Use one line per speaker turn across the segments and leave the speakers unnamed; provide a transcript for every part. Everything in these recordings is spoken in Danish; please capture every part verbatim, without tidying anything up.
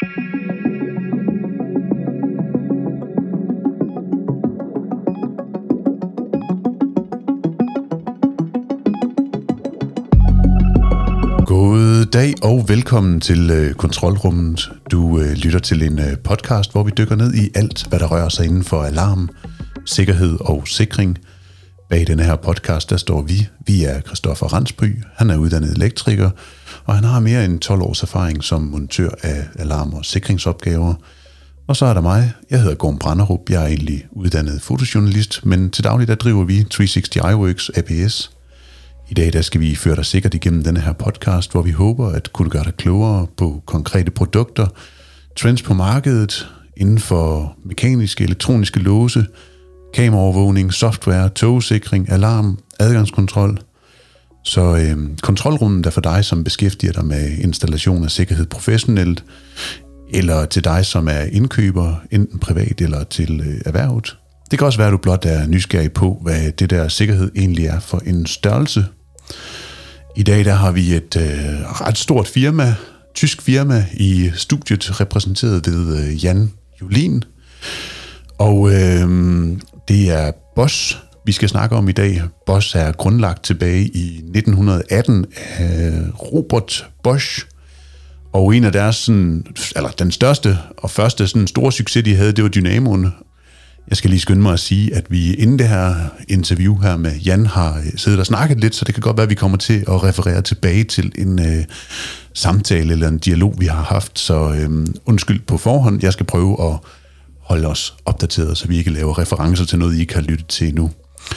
God dag og velkommen til øh, Kontrolrummet. Du øh, lytter til en øh, podcast, hvor vi dykker ned i alt, hvad der rører sig inden for alarm, sikkerhed og sikring. Bag denne her podcast, der står vi. Vi er Christoffer Randsby. Han er uddannet elektriker, og han har mere end tolv års erfaring som montør af alarm- og sikringsopgaver. Og så er der mig. Jeg hedder Gorm Branderup. Jeg er egentlig uddannet fotojournalist, men til daglig der driver vi tre sixty iWorks A P S. I dag der skal vi føre dig sikkert igennem denne her podcast, hvor vi håber at kunne gøre dig klogere på konkrete produkter, trends på markedet, inden for mekaniske, elektroniske låse, kameraovervågning, software, togsikring, alarm, adgangskontrol. Så øh, kontrolrummet er for dig, som beskæftiger dig med installation af sikkerhed professionelt, eller til dig, som er indkøber, enten privat eller til øh, erhvervet. Det kan også være, at du blot er nysgerrig på, hvad det der sikkerhed egentlig er for en størrelse. I dag der har vi et øh, ret stort firma, tysk firma i studiet, repræsenteret ved øh, Jan Julin. Og øh, det er Bosch, vi skal snakke om i dag. Bosch er grundlagt tilbage i nitten atten af Robert Bosch. Og en af deres, sådan, eller den største og første sådan, store succes, de havde, det var dynamoen. Jeg skal lige skynde mig at sige, at vi inden det her interview her med Jan har siddet og snakket lidt, så det kan godt være, at vi kommer til at referere tilbage til en øh, samtale eller en dialog, vi har haft. Så øh, undskyld på forhånd, jeg skal prøve at holde os opdateret, så vi ikke laver referencer til noget, I ikke har lyttet til endnu.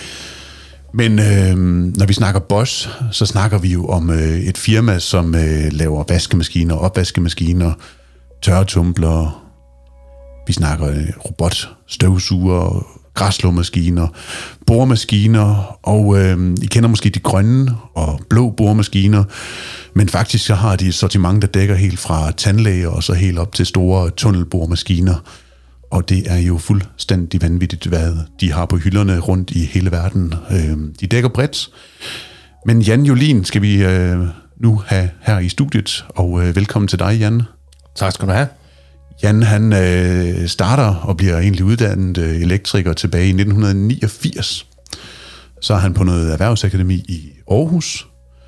Men øh, når vi snakker Bosch, så snakker vi jo om øh, et firma, som øh, laver vaskemaskiner, opvaskemaskiner, tørretumbler. Vi snakker øh, robotstøvsuger, græsslåmaskiner, boremaskiner, og øh, I kender måske de grønne og blå boremaskiner, men faktisk så har de et sortiment, der dækker helt fra tandlæger og så helt op til store tunnelboremaskiner. Og det er jo fuldstændig vanvittigt, hvad de har på hylderne rundt i hele verden. De dækker bredt. Men Jan Julin skal vi nu have her i studiet, og velkommen til dig, Jan.
Tak skal du have.
Jan, han starter og bliver egentlig uddannet elektriker tilbage i nitten niogfirs. Så er han på noget erhvervsakademi i Aarhus.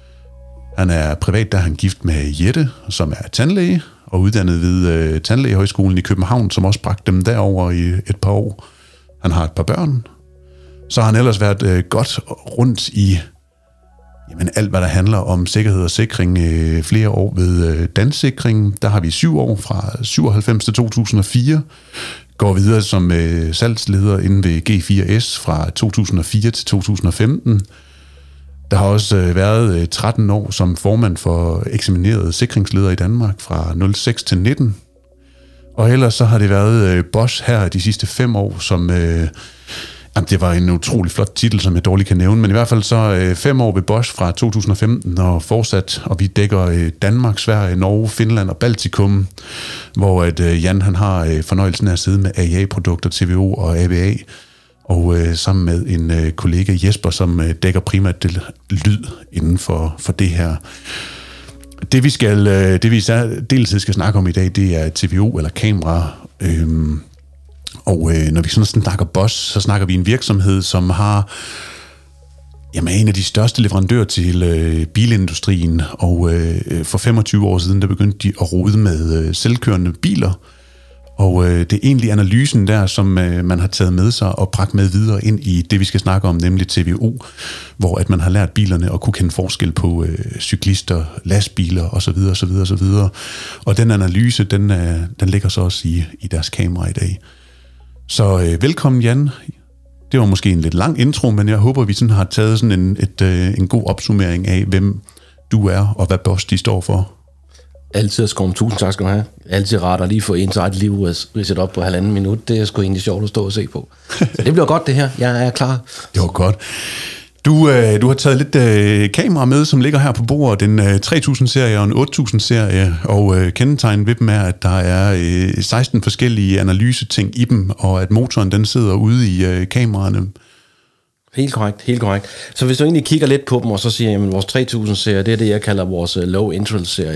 Han er privat, der er han gift med Jette, som er tandlæge, og uddannet ved øh, Tandlægehøjskolen i København, som også bragte dem derover i et par år. Han har et par børn. Så har han ellers været øh, godt rundt i jamen, alt, hvad der handler om sikkerhed og sikring. Øh, flere år ved øh, Dansikring. Der har vi syv år, fra syvoghalvfems til to tusind og fire. Går videre som øh, salgsleder inde ved G fire S fra to tusind og fire til to tusind og femten. Der har også været tretten år som formand for eksaminerede sikringsledere i Danmark fra nul seks til nitten. Og ellers så har det været Bosch her de sidste fem år, som øh, jamen det var en utrolig flot titel, som jeg dårligt kan nævne, men i hvert fald så øh, fem år ved Bosch fra to tusind og femten og fortsat, og vi dækker øh, Danmark, Sverige, Norge, Finland og Baltikum, hvor at, øh, Jan han har øh, fornøjelsen af at sidde med A I A-produkter, T V O og A V A, og øh, sammen med en øh, kollega Jesper, som øh, dækker primært det lyd inden for, for det her. Det vi skal, øh, det vi dels skal snakke om i dag, det er T V O eller kamera. Øhm, og øh, når vi sådan snakker Bosch, så snakker vi en virksomhed, som har jamen, en af de største leverandører til øh, bilindustrien. Og øh, for femogtyve år siden, der begyndte de at rode med øh, selvkørende biler. Og øh, det er egentlig analysen der, som øh, man har taget med sig og bragt med videre ind i det, vi skal snakke om, nemlig T V O, hvor at man har lært bilerne at kunne kende forskel på øh, cyklister, lastbiler osv. osv. osv. Og den analyse, den, øh, den ligger så også i, i deres kamera i dag. Så øh, velkommen, Jan. Det var måske en lidt lang intro, men jeg håber, vi sådan har taget sådan en, et, øh, en god opsummering af, hvem du er og hvad Bosch de står for.
Altid at skåre. Tusind tak skal du have. Altid rart at lige få ens eget liv ridset op på halvanden minut. Det er sgu egentlig sjovt at stå og se på. Så det bliver godt det her. Jeg er klar.
Det var godt. Du, øh, du har taget lidt øh, kamera med, som ligger her på bordet. En øh, tre tusind-serie og en otte tusind-serie. Og øh, kendetegn ved dem er, at der er øh, seksten forskellige analyseting i dem, og at motoren den sidder ude i øh, kameraerne.
Helt korrekt, helt korrekt. Så hvis du egentlig kigger lidt på dem, og så siger, at vores tre tusind-serie, det er det, jeg kalder vores low interval-serie.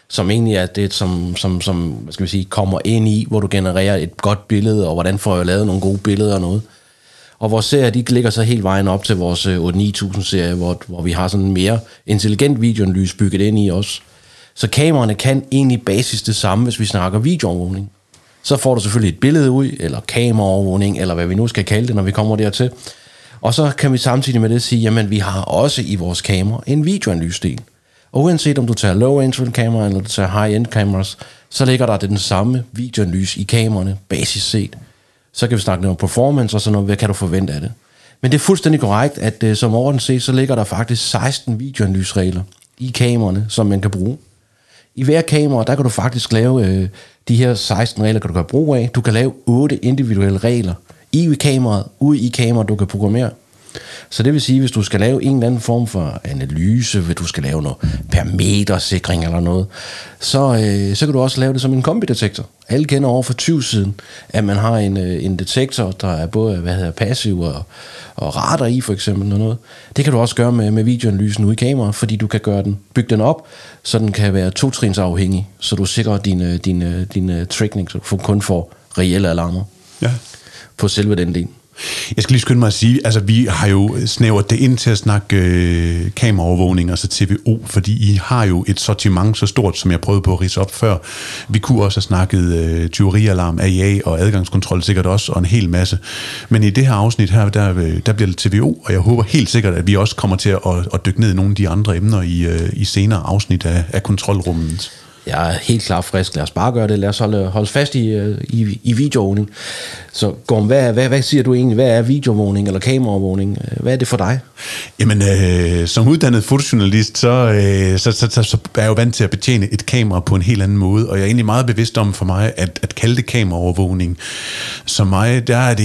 som egentlig er det, som, som, som hvad skal vi sige, kommer ind i, hvor du genererer et godt billede, og hvordan får jeg lavet nogle gode billeder og noget. Og vores serier, de ligger så helt vejen op til vores otte ni tusind serie, hvor, hvor vi har sådan en mere intelligent videoanalys bygget ind i os. Så kameraerne kan egentlig basis det samme, hvis vi snakker videoovervågning. Så får du selvfølgelig et billede ud, eller kameraovervågning, eller hvad vi nu skal kalde det, når vi kommer dertil. Og så kan vi samtidig med det sige, jamen vi har også i vores kamera en videoanalysdel. Og uanset om du tager low-end kamera, eller du tager high-end kameras, så ligger der den samme videoanalyse i kameraerne, basis set. Så kan vi snakke lidt om performance og sådan noget, hvad kan du forvente af det. Men det er fuldstændig korrekt, at uh, som overordnet set, så ligger der faktisk seksten videoanalyseregler i kameraerne, som man kan bruge. I hver kamera, der kan du faktisk lave øh, de her seksten regler, kan du gøre brug af. Du kan lave otte individuelle regler i kameraet, ude i kameraet, du kan programmere. Så det vil sige, hvis du skal lave en eller anden form for analyse, hvis du skal lave noget parametersikring eller noget, så, øh, så kan du også lave det som en kombidetektor. Alle kender over for tyve siden, at man har en, øh, en detektor, der er både hvad hedder, passiv og, og radar i for eksempel. Og noget. Det kan du også gøre med, med videoanalysen ude i kameraet, fordi du kan gøre den, bygge den op, så den kan være to-trinsafhængig, så du sikrer din, din, din tracking, så du kun får reelle alarmer
ja.
På selve den del.
Jeg skal lige skynde mig at sige, altså vi har jo snævret det ind til at snakke øh, kameraovervågning, altså T V O, fordi I har jo et sortiment så stort, som jeg prøvede på at ridse op før. Vi kunne også have snakket øh, tyverialarm, A I A og adgangskontrol sikkert også, og en hel masse. Men i det her afsnit her, der, der bliver det T V O, og jeg håber helt sikkert, at vi også kommer til at, at dykke ned i nogle af de andre emner i, øh, i senere afsnit af, af kontrolrummet.
Jeg er helt klart frisk. Lad os bare gøre det. Lad os holde, holde fast i, i, i videoovervågning. Så Gorm, hvad, hvad, hvad siger du egentlig? Hvad er videoovervågning eller kameraovervågning? Hvad er det for dig?
Jamen, øh, som uddannet fotojournalist, så, øh, så, så, så, så er jeg jo vant til at betjene et kamera på en helt anden måde, og jeg er egentlig meget bevidst om for mig, at, at kalde det kameraovervågning. Så mig, der er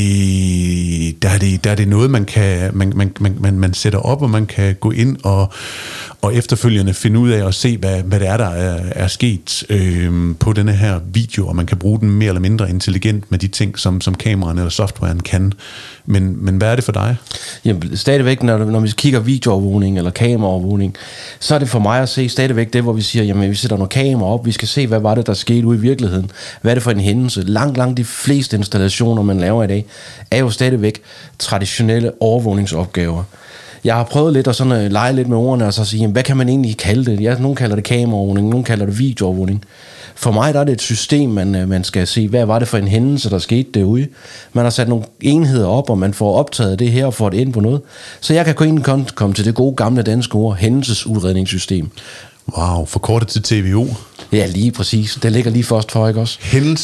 det, der er det, der er det noget, man, kan, man, man, man, man, man sætter op, og man kan gå ind og, og efterfølgende finde ud af og se, hvad, hvad det er, der er, er sket øh, på denne her video, og man kan bruge den mere eller mindre intelligent med de ting, som, som kameraen eller softwaren kan. Men, men hvad er det for dig?
Jamen, stadigvæk, når, når vi kigger videoovervågning eller kameraovervågning, så er det for mig at se stadigvæk det, hvor vi siger, jamen vi sætter nogle kamera op, vi skal se, hvad var det, der skete ude i virkeligheden. Hvad er det for en hændelse? Langt, langt de fleste installationer, man laver i dag, er jo stadigvæk traditionelle overvågningsopgaver. Jeg har prøvet lidt at sådan lege lidt med ordene og så sige, jamen, hvad kan man egentlig kalde det? Ja, nogen kalder det kameraovervågning, nogen kalder det videoovervågning. For mig der er det et system, man, man skal se, hvad var det for en hændelse, der skete derude. Man har sat nogle enheder op, og man får optaget det her og får det ind på noget. Så jeg kan gå ind og komme til det gode gamle danske ord, hændelsesudredningssystem.
Wow, forkortet til T V O.
Ja, lige præcis. Det ligger lige først for, ikke også?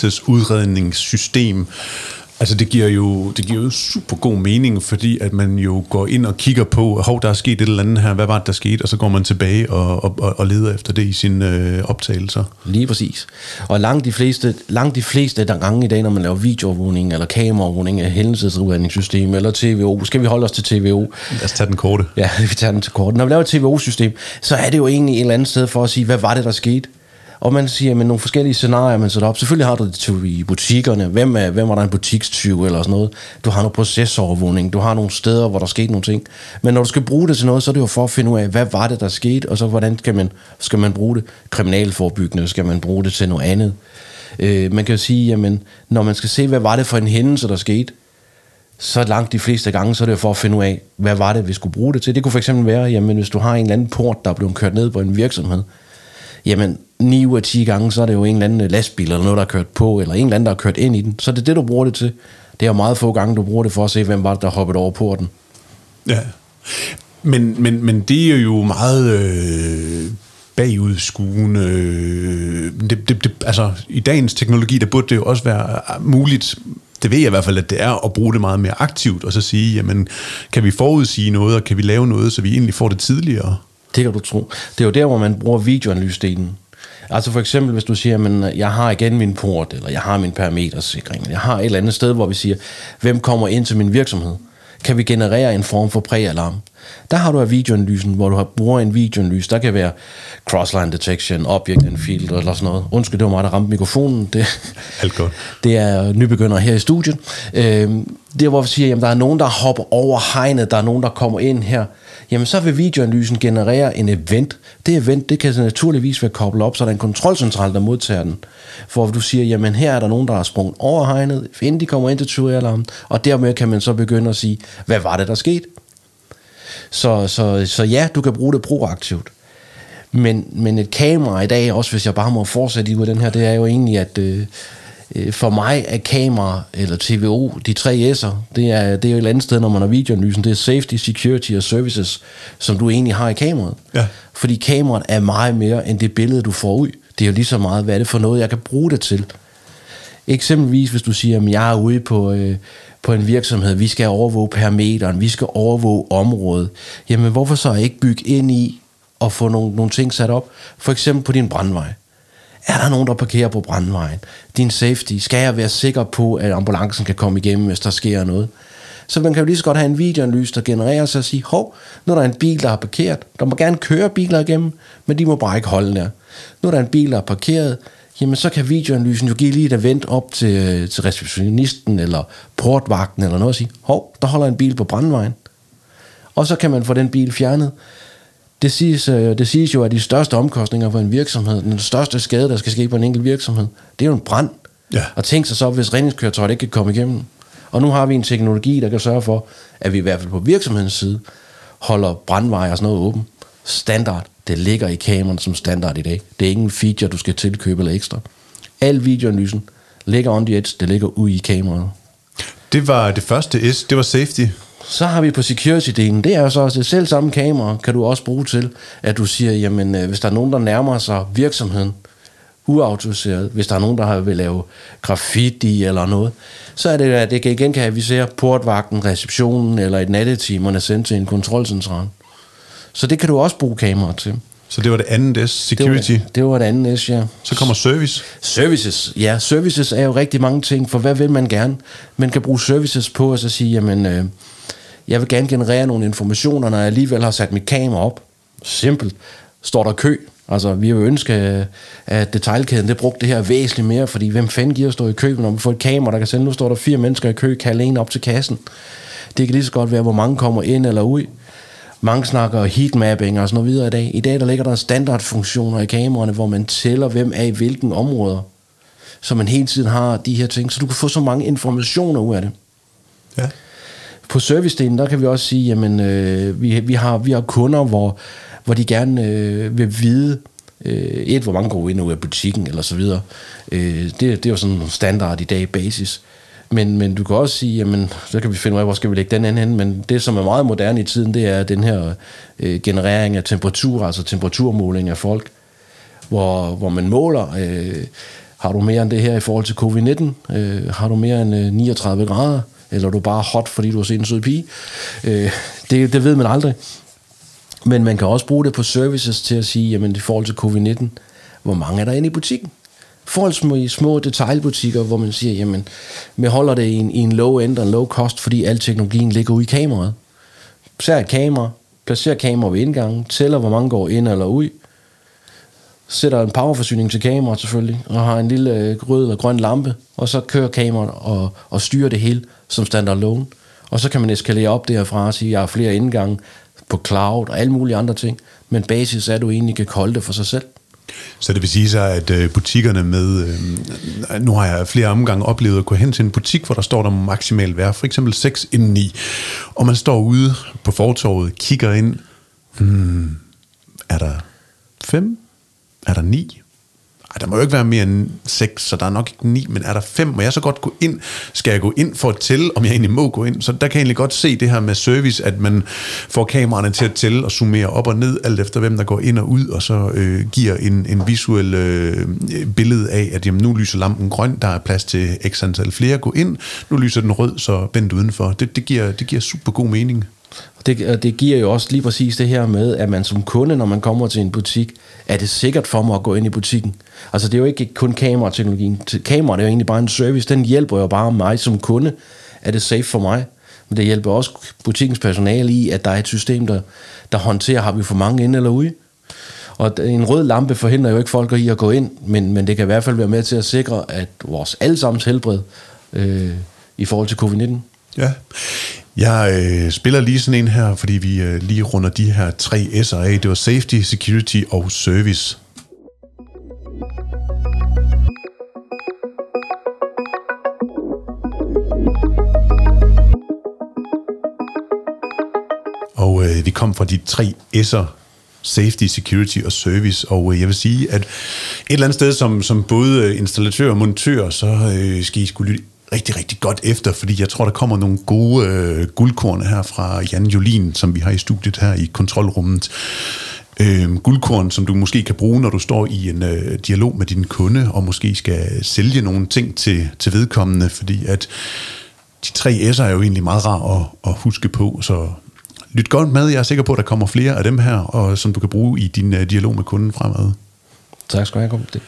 Hændelsesudredningssystem. Altså det giver jo det giver jo super god mening, fordi at man jo går ind og kigger på, hov, der er sket et eller andet her, hvad var det, der skete, og så går man tilbage og, og, og leder efter det i sine øh, optagelser.
Lige præcis. Og langt de fleste, langt de fleste der gange i dag, når man laver videoovervågning eller kameraovervågning af hændelsesudredningssystem eller T V O, skal vi holde os til T V O?
Lad os tage den korte.
Ja, vi tager den til korte. Når vi laver et T V O-system, så er det jo egentlig et eller andet sted for at sige, hvad var det, der skete? Og man siger, med nogle forskellige scenarier, man sætter op. Selvfølgelig har du det til i butikkerne. Hvem, er, hvem var der en butikstyv eller sådan noget? Du har noget processovervågning. Du har nogle steder, hvor der skete nogle ting. Men når du skal bruge det til noget, så er det jo for at finde ud af, hvad var det, der skete? Og så hvordan skal man, skal man bruge det? Kriminalforebyggende, skal man bruge det til noget andet? Øh, man kan jo sige, jamen, når man skal se, hvad var det for en hændelse, der skete, så langt de fleste gange, så er det jo for at finde ud af, hvad var det, vi skulle bruge det til. Det kunne for eksempel være, jamen, hvis du har en eller anden port, der er blevet kørt ned på en virksomhed, jamen ni ud af ti gange, så er det jo en eller anden lastbil eller noget, der er kørt på, eller en eller anden, der er kørt ind i den. Så det er det, du bruger det til. Det er jo meget få gange, du bruger det for at se, hvem var det, der hoppede over porten.
Ja, men, men, men det er jo meget øh, bagudskuende. Øh, det, det, det, altså, i dagens teknologi, der burde det jo også være muligt, det ved jeg i hvert fald, at det er at bruge det meget mere aktivt, og så sige, jamen, kan vi forudsige noget, og kan vi lave noget, så vi egentlig får det tidligere?
Det kan du tro. Det er jo der, hvor man bruger videoanalysdelen. Altså for eksempel, hvis du siger, at jeg har igen min port, eller jeg har min parametersikring, jeg har et eller andet sted, hvor vi siger, hvem kommer ind til min virksomhed? Kan vi generere en form for præalarm? Der har du videoanalysen, hvor du har bruger en videoanalyse. Der kan være crossline detection, object and field eller sådan noget. Undskyld, det var mig, der ramte mikrofonen. Det,
Alt godt.
Det er nybegyndere her i studiet. Øh, det er, hvor vi siger, at der er nogen, der hopper over hegnet, der er nogen, der kommer ind her. Jamen, så vil videoanalysen generere en event. Det event, det kan naturligvis være koblet op, så der er en kontrolcentral, der modtager den. For du siger, jamen her er der nogen, der har sprunget over hegnet, inden de kommer ind til tyverialarmen, og dermed kan man så begynde at sige, hvad var det, der skete? Så, så, så ja, du kan bruge det proaktivt. Men, men et kamera i dag, også hvis jeg bare må fortsætte i ud den her, det er jo egentlig, at øh, for mig er kamera, eller T V O, de tre S'er, det er, det er jo et eller andet sted, når man har videoanalysen, det er safety, security og services, som du egentlig har i kameraet. Ja. Fordi kameraet er meget mere end det billede, du får ud. Det er jo lige så meget, hvad er det for noget, jeg kan bruge det til. Eksempelvis, hvis du siger, at jeg er ude på, øh, på en virksomhed, vi skal overvåge parameteren, vi skal overvåge området. Jamen, hvorfor så ikke bygge ind i og få nogle, nogle ting sat op? For eksempel på din brandvej. Er der nogen, der parkerer på brandvejen? Din safety. Skal jeg være sikker på, at ambulancen kan komme igennem, hvis der sker noget? Så man kan jo lige så godt have en videoanalyse, der genererer sig og sige, hov, nu er der en bil, der har parkeret. Der må gerne køre biler igennem, men de må bare ikke holde der. Nu er der en bil, der er parkeret. Jamen, så kan videoanalysen jo give lige et event op til, til receptionisten eller portvagten eller noget og sige, hov, der holder en bil på brandvejen. Og så kan man få den bil fjernet. Det siges, det siges jo, at de største omkostninger for en virksomhed, den største skade, der skal ske på en enkelt virksomhed, det er jo en brand. Ja. Og tænk sig så, hvis redningskøretøjet ikke kan komme igennem. Og nu har vi en teknologi, der kan sørge for, at vi i hvert fald på virksomhedens side holder brandveje og sådan noget åben. Standard. Det ligger i kameraerne som standard i dag. Det er ingen feature, du skal tilkøbe eller ekstra. Al videoanalysen ligger on the edge, det ligger ude i kameraet.
Det var det første S, det var safety.
Så har vi på security-delen, det er jo så også det selv samme kamera, kan du også bruge til, at du siger, jamen hvis der er nogen, der nærmer sig virksomheden, uautoriseret, hvis der er nogen, der vil lave graffiti eller noget, så er det, at det igen kan avisere portvagten, receptionen eller et nattetimerne sendt til en kontrolcentral. Så det kan du også bruge kamera til.
Så det var det andet S, security?
Det var det, var det andet S, ja.
Så kommer service?
Services, ja. Services er jo rigtig mange ting, for hvad vil man gerne? Man kan bruge services på at så sige, jamen, øh, jeg vil gerne generere nogle informationer, når jeg alligevel har sat mit kamera op. Simpelt. Står der kø? Altså, vi vil ønske, at detailkæden, det brugte det her væsentligt mere, fordi hvem fanden giver at stå i kø, når vi får et kamera, der kan sende, nu står der fire mennesker i kø, kalde en op til kassen. Det kan lige så godt være, hvor mange kommer ind eller ud. Mange snakker heatmapping og sådan noget videre i dag. I dag der ligger der standardfunktioner i kameraerne, hvor man tæller, hvem er i hvilken områder. Så man hele tiden har de her ting, så du kan få så mange informationer ud af det. Ja. På servicedelen, der kan vi også sige, jamen, øh, vi, vi, har, vi har kunder, hvor, hvor de gerne øh, vil vide, øh, et, hvor mange går ind og ud af butikken, eller så videre. Øh, det, det er jo sådan en standard i dag, basis. Men, men du kan også sige, jamen, så kan vi finde ud af, hvor skal vi lægge den anden hen, men det, som er meget moderne i tiden, det er den her øh, generering af temperatur, altså temperaturmåling af folk, hvor, hvor man måler, øh, har du mere end det her i forhold til covid nitten, øh, har du mere end øh, niogtredive grader, eller er du bare hot, fordi du har set en sød pige, øh, det, det ved man aldrig. Men man kan også bruge det på services til at sige, jamen i forhold til covid nitten, hvor mange er der inde i butikken? Forholdsvis små detailbutikker, hvor man siger, jamen, vi holder det i en, i en low end og en low cost, fordi al teknologien ligger ude i kameraet. Så et kamera, placerer kamera ved indgangen, tæller, hvor mange går ind eller ud, sætter en powerforsyning til kameraet selvfølgelig, og har en lille rød eller grøn lampe, og så kører kameraet og, og styrer det hele som standalone. Og så kan man eskalere op derfra og sige, at jeg har flere indgange på cloud og alle mulige andre ting, men basis er, at du egentlig kan holde det for sig selv.
Så det vil sige sig, at butikkerne med, øh, nu har jeg flere omgange oplevet at gå hen til en butik, hvor der står der maksimalt være, for eksempel seks indeni, og man står ude på fortorvet, kigger ind, hmm, er der fem? Er der ni? Ej, der må jo ikke være mere end seks, så der er nok ikke ni, men er der fem? Må jeg så godt gå ind? Skal jeg gå ind for at tælle, om jeg egentlig må gå ind? Så der kan jeg egentlig godt se det her med service, at man får kameraerne til at tælle og zoomere op og ned, alt efter hvem der går ind og ud, og så øh, giver en, en visuel øh, billede af, at jamen, nu lyser lampen grøn, der er plads til x antal flere, gå ind, nu lyser den rød, så vend udenfor. Det, det, giver, det giver super god mening.
Det, det giver jo også lige præcis det her med, at man som kunde, når man kommer til en butik, er det sikkert for mig at gå ind i butikken. Altså det er jo ikke kun kamerateknologien. Kameraet er jo egentlig bare en service, den hjælper jo bare mig som kunde. Er det safe for mig? Men det hjælper også butikkens personale i, at der er et system, der, der håndterer, har vi for mange inde eller ude. Og en rød lampe forhindrer jo ikke folk i at gå ind, men, men det kan i hvert fald være med til at sikre, at vores allesammens helbred øh, i forhold til covid nitten.
Ja, jeg øh, spiller lige sådan en her, fordi vi øh, lige runder de her tre S'er af. Det var Safety, Security og Service. Og øh, vi kom fra de tre S'er, Safety, Security og Service, og øh, jeg vil sige, at et eller andet sted, som, som både installatør og montør, så øh, skal I skulle lytte rigtig, rigtig godt efter, fordi jeg tror, der kommer nogle gode øh, guldkorn her fra Jan Jolin, som vi har i studiet her i kontrolrummet. Øh, guldkorn, som du måske kan bruge, når du står i en øh, dialog med din kunde, og måske skal sælge nogle ting til, til vedkommende, fordi at de tre S'er er jo egentlig meget rar at, at huske på, så lyt godt med. Jeg er sikker på, at der kommer flere af dem her, og som du kan bruge i din uh, dialog med kunden fremad.
Tak skal du have, det.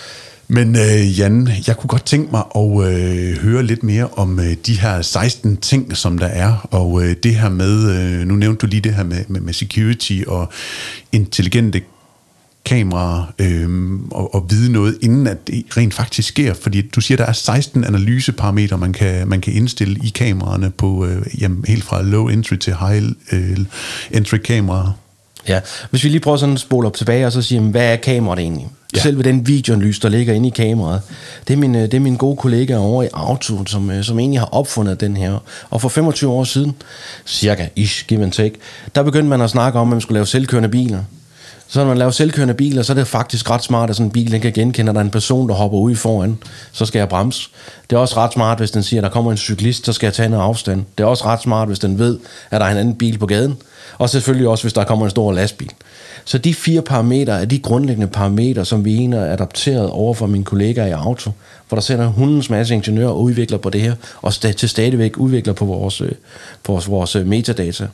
Men uh, Jan, jeg kunne godt tænke mig at uh, høre lidt mere om uh, de her seksten ting, som der er, og uh, det her med, uh, nu nævnte du lige det her med, med, med security og intelligente kameraer, øhm, og, og vide noget, inden at det rent faktisk sker, fordi du siger, der er seksten analyseparametre, man kan, man kan indstille i kameraerne på, øh, jamen, helt fra low entry til high øh, entry kameraer.
Ja, hvis vi lige prøver sådan at spole op tilbage, og så siger, hvad er kameraet egentlig? Ja. Selve den videoanalys, der ligger inde i kameraet, det er min, det er min gode kollega over i Auto, som, som egentlig har opfundet den her. Og for femogtyve år siden, cirka, ish, give and take, der begyndte man at snakke om, at man skulle lave selvkørende biler. Så når man laver selvkørende biler, så er det faktisk ret smart, at sådan en bil den kan genkende, at der er en person, der hopper ude foran, så skal jeg bremse. Det er også ret smart, hvis den siger, at der kommer en cyklist, så skal jeg tage noget afstand. Det er også ret smart, hvis den ved, at der er en anden bil på gaden. Og selvfølgelig også, hvis der kommer en stor lastbil. Så de fire parametre er de grundlæggende parametre, som vi egentlig er adapteret over for mine kollegaer i Auto, hvor der sætter hundens masse ingeniører og udvikler på det her, og til stadigvæk udvikler på vores, på vores, vores metadata.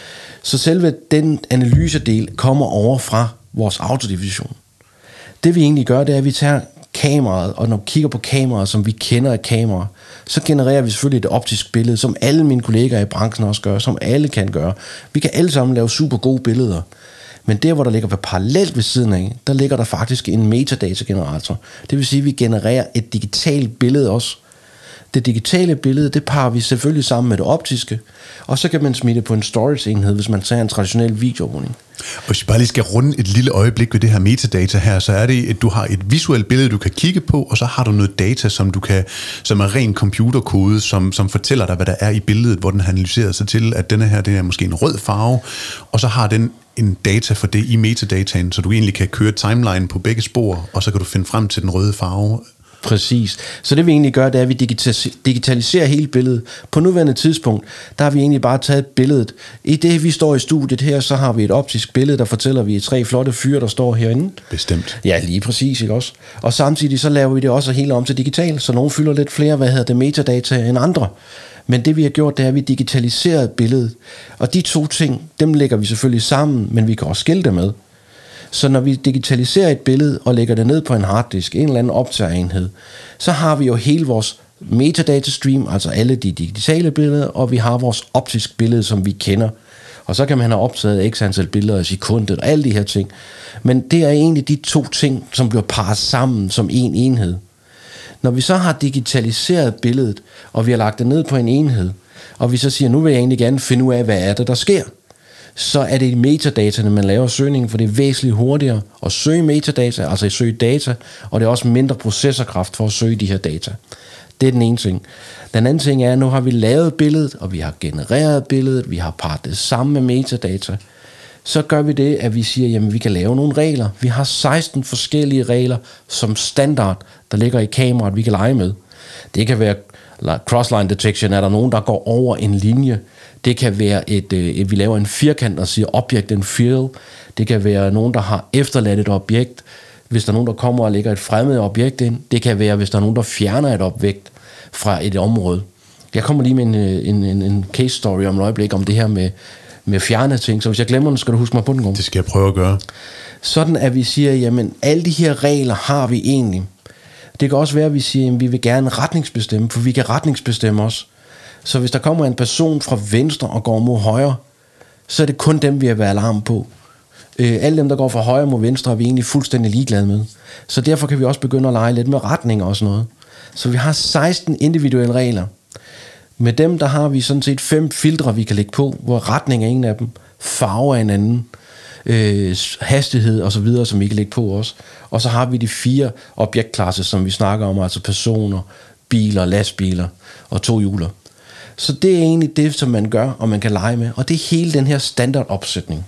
Så selve den analysedel kommer over fra vores autodivision. Det vi egentlig gør, det er, at vi tager kameraet, og når vi kigger på kameraet, som vi kender af kamera, så genererer vi selvfølgelig et optisk billede, som alle mine kollegaer i branchen også gør, som alle kan gøre. Vi kan alle sammen lave super gode billeder. Men der, hvor der ligger parallelt ved siden af, der ligger der faktisk en metadata-generator. Det vil sige, at vi genererer et digitalt billede også. Det digitale billede, det parer vi selvfølgelig sammen med det optiske, og så kan man smide det på en storage-enhed, hvis man tager en traditionel videoovervågning.
Og hvis vi bare lige skal runde et lille øjeblik ved det her metadata her, så er det, at du har et visuelt billede, du kan kigge på, og så har du noget data, som du kan, som er ren computerkode, som, som fortæller dig, hvad der er i billedet, hvor den har analyseret sig til, at denne her, det er måske en rød farve, og så har den en data for det i metadataen, så du egentlig kan køre timeline på begge spor, og så kan du finde frem til den røde farve.
Præcis. Så det vi egentlig gør, det er, at vi digitaliserer hele billedet. På nuværende tidspunkt, der har vi egentlig bare taget billedet. I det, vi står i studiet her, så har vi et optisk billede, der fortæller, at vi er tre flotte fyre, der står herinde.
Bestemt.
Ja, lige præcis, ikke også? Og samtidig så laver vi det også helt om til digital, så nogle fylder lidt flere, hvad hedder det, metadata end andre. Men det vi har gjort, det er, at vi digitaliserer billedet. Og de to ting, dem lægger vi selvfølgelig sammen, men vi kan også skille det med. Så når vi digitaliserer et billede og lægger det ned på en harddisk, en eller anden optagerenhed, så har vi jo hele vores metadata stream, altså alle de digitale billeder, og vi har vores optisk billede, som vi kender. Og så kan man have optaget x antal billeder i sekundet og alle de her ting. Men det er egentlig de to ting, som bliver parret sammen som en enhed. Når vi så har digitaliseret billedet, og vi har lagt det ned på en enhed, og vi så siger, nu vil jeg egentlig gerne finde ud af, hvad er det, der sker, så er det i metadataene, man laver søgningen, for det er væsentligt hurtigere at søge metadata, altså at søge data, og det er også mindre processorkraft for at søge de her data. Det er den ene ting. Den anden ting er, at nu har vi lavet billedet, og vi har genereret billedet, vi har parret det sammen med metadata. Så gør vi det, at vi siger, jamen vi kan lave nogle regler. Vi har seksten forskellige regler som standard, der ligger i kameraet, vi kan lege med. Det kan være crossline detection, er der nogen, der går over en linje. Det kan være, et, et, vi laver en firkant og siger object and field. Det kan være nogen, der har efterladt et objekt, hvis der er nogen, der kommer og lægger et fremmed objekt ind. Det kan være, hvis der er nogen, der fjerner et objekt fra et område. Jeg kommer lige med en, en, en, en case story om et øjeblik om det her med, med fjerne ting. Så hvis jeg glemmer den, skal du huske mig på den gang.
Det skal jeg prøve at gøre.
Sådan at vi siger, jamen alle de her regler har vi egentlig. Det kan også være, at vi siger, at vi vil gerne retningsbestemme, for vi kan retningsbestemme os. Så hvis der kommer en person fra venstre og går mod højre, så er det kun dem, vi har været alarm på. Øh, alle dem, der går fra højre mod venstre, er vi egentlig fuldstændig ligeglade med. Så derfor kan vi også begynde at lege lidt med retninger og sådan noget. Så vi har seksten individuelle regler. Med dem, der har vi sådan set fem filtre, vi kan lægge på, hvor retning er en af dem, farve er en anden, øh, hastighed og så videre, som vi kan lægge på også. Og så har vi de fire objektklasser, som vi snakker om, altså personer, biler, lastbiler og tohjuler. Så det er egentlig det, som man gør, og man kan lege med. Og det er hele den her standardopsætning.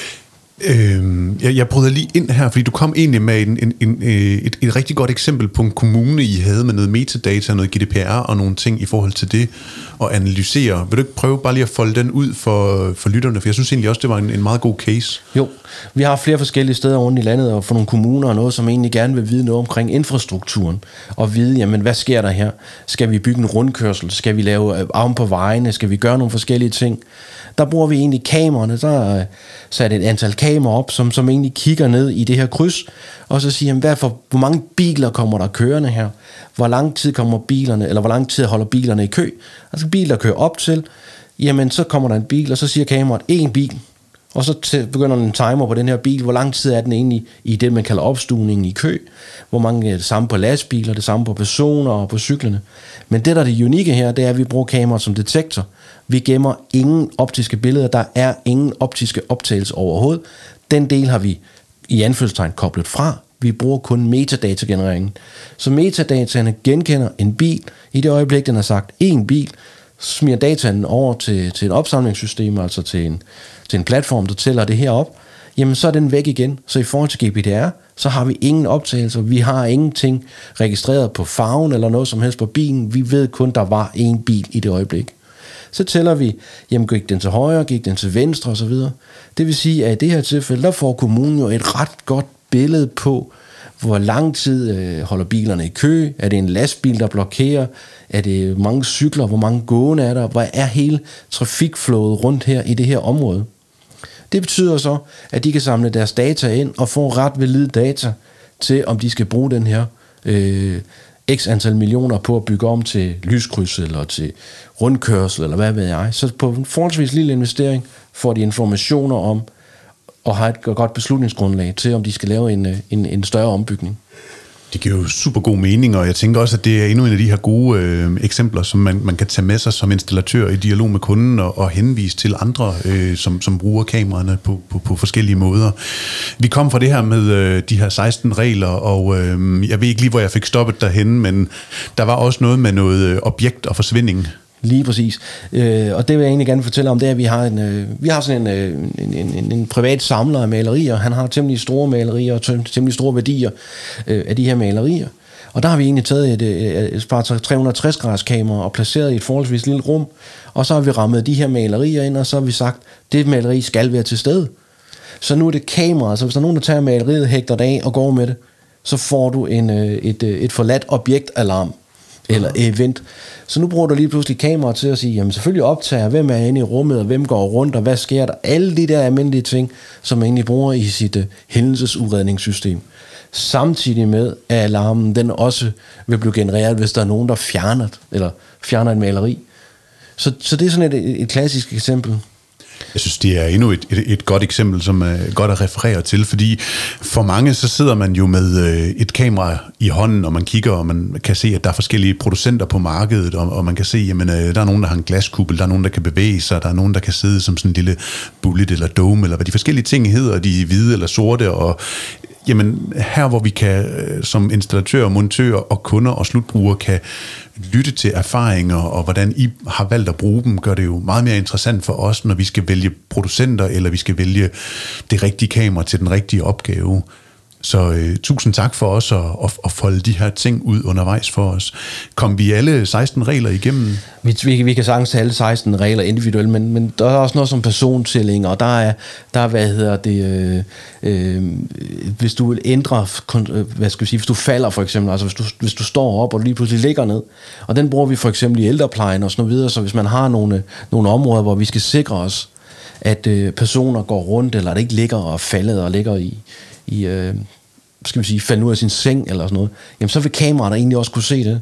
Øhm, jeg, jeg bryder lige ind her, fordi du kom egentlig med en, en, en, et, et rigtig godt eksempel på en kommune, I havde med noget metadata, noget G D P R og nogle ting i forhold til det, og analysere. Vil du ikke prøve bare lige at folde den ud for, for lytterne? For jeg synes egentlig også, det var en, en meget god case.
Jo, vi har flere forskellige steder rundt i landet, og for nogle kommuner og noget, som egentlig gerne vil vide noget omkring infrastrukturen, og vide, jamen, hvad sker der her? Skal vi bygge en rundkørsel? Skal vi lave arm på vejene? Skal vi gøre nogle forskellige ting? Der bruger vi egentlig kameraerne, der er sat et antal kameraer op, som, som egentlig kigger ned i det her kryds, og så siger, jamen, hvad for, hvor mange biler kommer der kørende her? Hvor lang tid kommer bilerne, eller hvor lang tid holder bilerne i kø? Altså biler kører op til, jamen så kommer der en bil, og så siger kameraet, en bil, og så til, begynder den en timer på den her bil, hvor lang tid er den egentlig i det, man kalder opstuvningen i kø, hvor mange er det samme på lastbiler, det samme på personer og på cyklerne. Men det, der er det unikke her, det er, at vi bruger kameraet som detektor. Vi gemmer ingen optiske billeder, der er ingen optiske optagelser overhovedet. Den del har vi i anførselstegn koblet fra. Vi bruger kun metadatagenereringen. Så metadataene genkender en bil. I det øjeblik, den har sagt en bil, smider dataen over til, til et opsamlingssystem, altså til en, til en platform, der tæller det her op, jamen så er den væk igen. Så i forhold til G D P R, så har vi ingen optagelser. Vi har ingenting registreret på farven eller noget som helst på bilen. Vi ved kun, der var en bil i det øjeblik. Så tæller vi, jamen gik den til højre, gik den til venstre osv. Det vil sige, at i det her tilfælde, der får kommunen jo et ret godt billede på, hvor lang tid øh, holder bilerne i kø, er det en lastbil, der blokerer, er det mange cykler, hvor mange gående er der, hvad er hele trafikflowet rundt her i det her område. Det betyder så, at de kan samle deres data ind og få ret valide data til, om de skal bruge den her øh, x antal millioner på at bygge om til lyskryds eller til rundkørsel eller hvad ved jeg. Så på en forholdsvis lille investering får de informationer om og har et godt beslutningsgrundlag til, om de skal lave en, en, en større ombygning.
Det giver jo super god mening, og jeg tænker også, at det er endnu en af de her gode øh, eksempler, som man, man kan tage med sig som installatør i dialog med kunden og, og henvise til andre, øh, som, som bruger kameraerne på, på, på forskellige måder. Vi kom fra det her med øh, de her seksten regler, og øh, jeg ved ikke lige, hvor jeg fik stoppet derhenne, men der var også noget med noget objekt og forsvinding.
Lige præcis. Øh, og det vil jeg egentlig gerne fortælle om, det er, at vi har, en, øh, vi har sådan en, øh, en, en, en privat samler af malerier. Han har temmelig store malerier og temmelig store værdier øh, af de her malerier. Og der har vi egentlig taget et, et, et par tre hundrede og tres graders kamera og placeret i et forholdsvis lille rum. Og så har vi rammet de her malerier ind, og så har vi sagt, at det maleri skal være til stede. Så nu er det kamera, så hvis der er nogen, der tager maleriet, hægter det af og går med det, så får du en, et, et forladt objektalarm eller event. Så nu bruger du lige pludselig kamera til at sige, jamen selvfølgelig optager, hvem er inde i rummet, og hvem går rundt, og hvad sker der? Alle de der almindelige ting, som man egentlig bruger i sit uh, hændelsesudredningssystem. Samtidig med, at alarmen den også vil blive genereret, hvis der er nogen, der fjerner, eller fjerner en maleri. Så, så det er sådan et, et klassisk eksempel.
Jeg synes, det er endnu et, et, et godt eksempel, som er godt at referere til, fordi for mange, så sidder man jo med et kamera i hånden, og man kigger, og man kan se, at der er forskellige producenter på markedet, og, og man kan se, jamen, der er nogen, der har en glaskuppel, der er nogen, der kan bevæge sig, der er nogen, der kan sidde som sådan en lille bullet eller dome, eller hvad de forskellige ting hedder, de er hvide eller sorte, og jamen, her hvor vi kan som installatører, montører og kunder og slutbrugere kan lytte til erfaringer og hvordan I har valgt at bruge dem, gør det jo meget mere interessant for os, når vi skal vælge producenter, eller vi skal vælge det rigtige kamera til den rigtige opgave. Så øh, tusind tak for os at, at, at folde de her ting ud undervejs for os. Kom vi alle seksten regler igennem?
Vi, vi, vi kan sagtens tage alle seksten regler individuelt, men, men der er også noget som persontælling, og der er, der er hvad hedder det, øh, øh, hvis du vil ændre, hvad skal vi sige, hvis du falder for eksempel, altså hvis du, hvis du står op og lige pludselig ligger ned, og den bruger vi for eksempel i ældreplejen og sådan noget videre, så hvis man har nogle, nogle områder, hvor vi skal sikre os, at øh, personer går rundt, eller det ikke ligger og falder og ligger i i, øh, skal vi sige, falde ud af sin seng eller sådan noget, jamen så vil kameraet egentlig også kunne se det.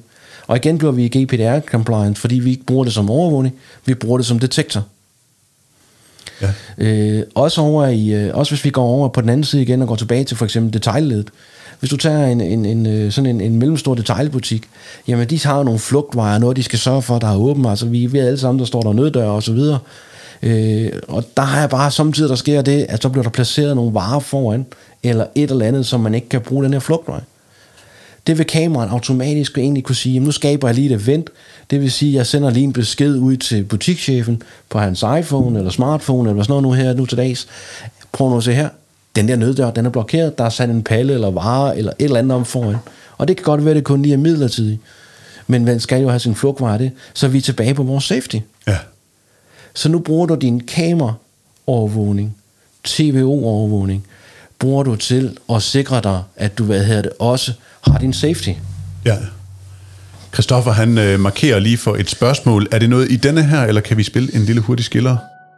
Og igen bliver vi G P D R-compliant, fordi vi ikke bruger det som overvågning, vi bruger det som detektor.
Ja.
Øh, også, over i, øh, også hvis vi går over på den anden side igen og går tilbage til for eksempel detailledet. Hvis du tager en, en, en, sådan en, en mellemstor detailbutik, jamen de har nogle flugtvejer, noget de skal sørge for, der er åben. Altså vi ved alle sammen, der står der nøddør og så videre. Øh, og der har jeg bare samtidig, der sker det, at så bliver der placeret nogle varer foran, eller et eller andet, som man ikke kan bruge den her flugtvej. Det vil kameraet automatisk egentlig kunne sige, jamen nu skaber jeg lige et event, det vil sige, at jeg sender lige en besked ud til butikschefen på hans iPhone eller smartphone, eller sådan noget nu her, nu til dags. Prøv nu at se her, den der nøddør, den er blokeret, der er sat en palle eller vare, eller et eller andet om foran. Og det kan godt være, det kun lige er midlertidigt. Men man skal jo have sin flugtvej det, så er vi tilbage på vores safety.
Ja.
Så nu bruger du din kameraovervågning, T V O-overvågning, bruger du til at sikre dig, at du hvad hedder det, også har din safety.
Ja. Christoffer, han øh, markerer lige for et spørgsmål. Er det noget i denne her, eller kan vi spille en lille hurtig skiller?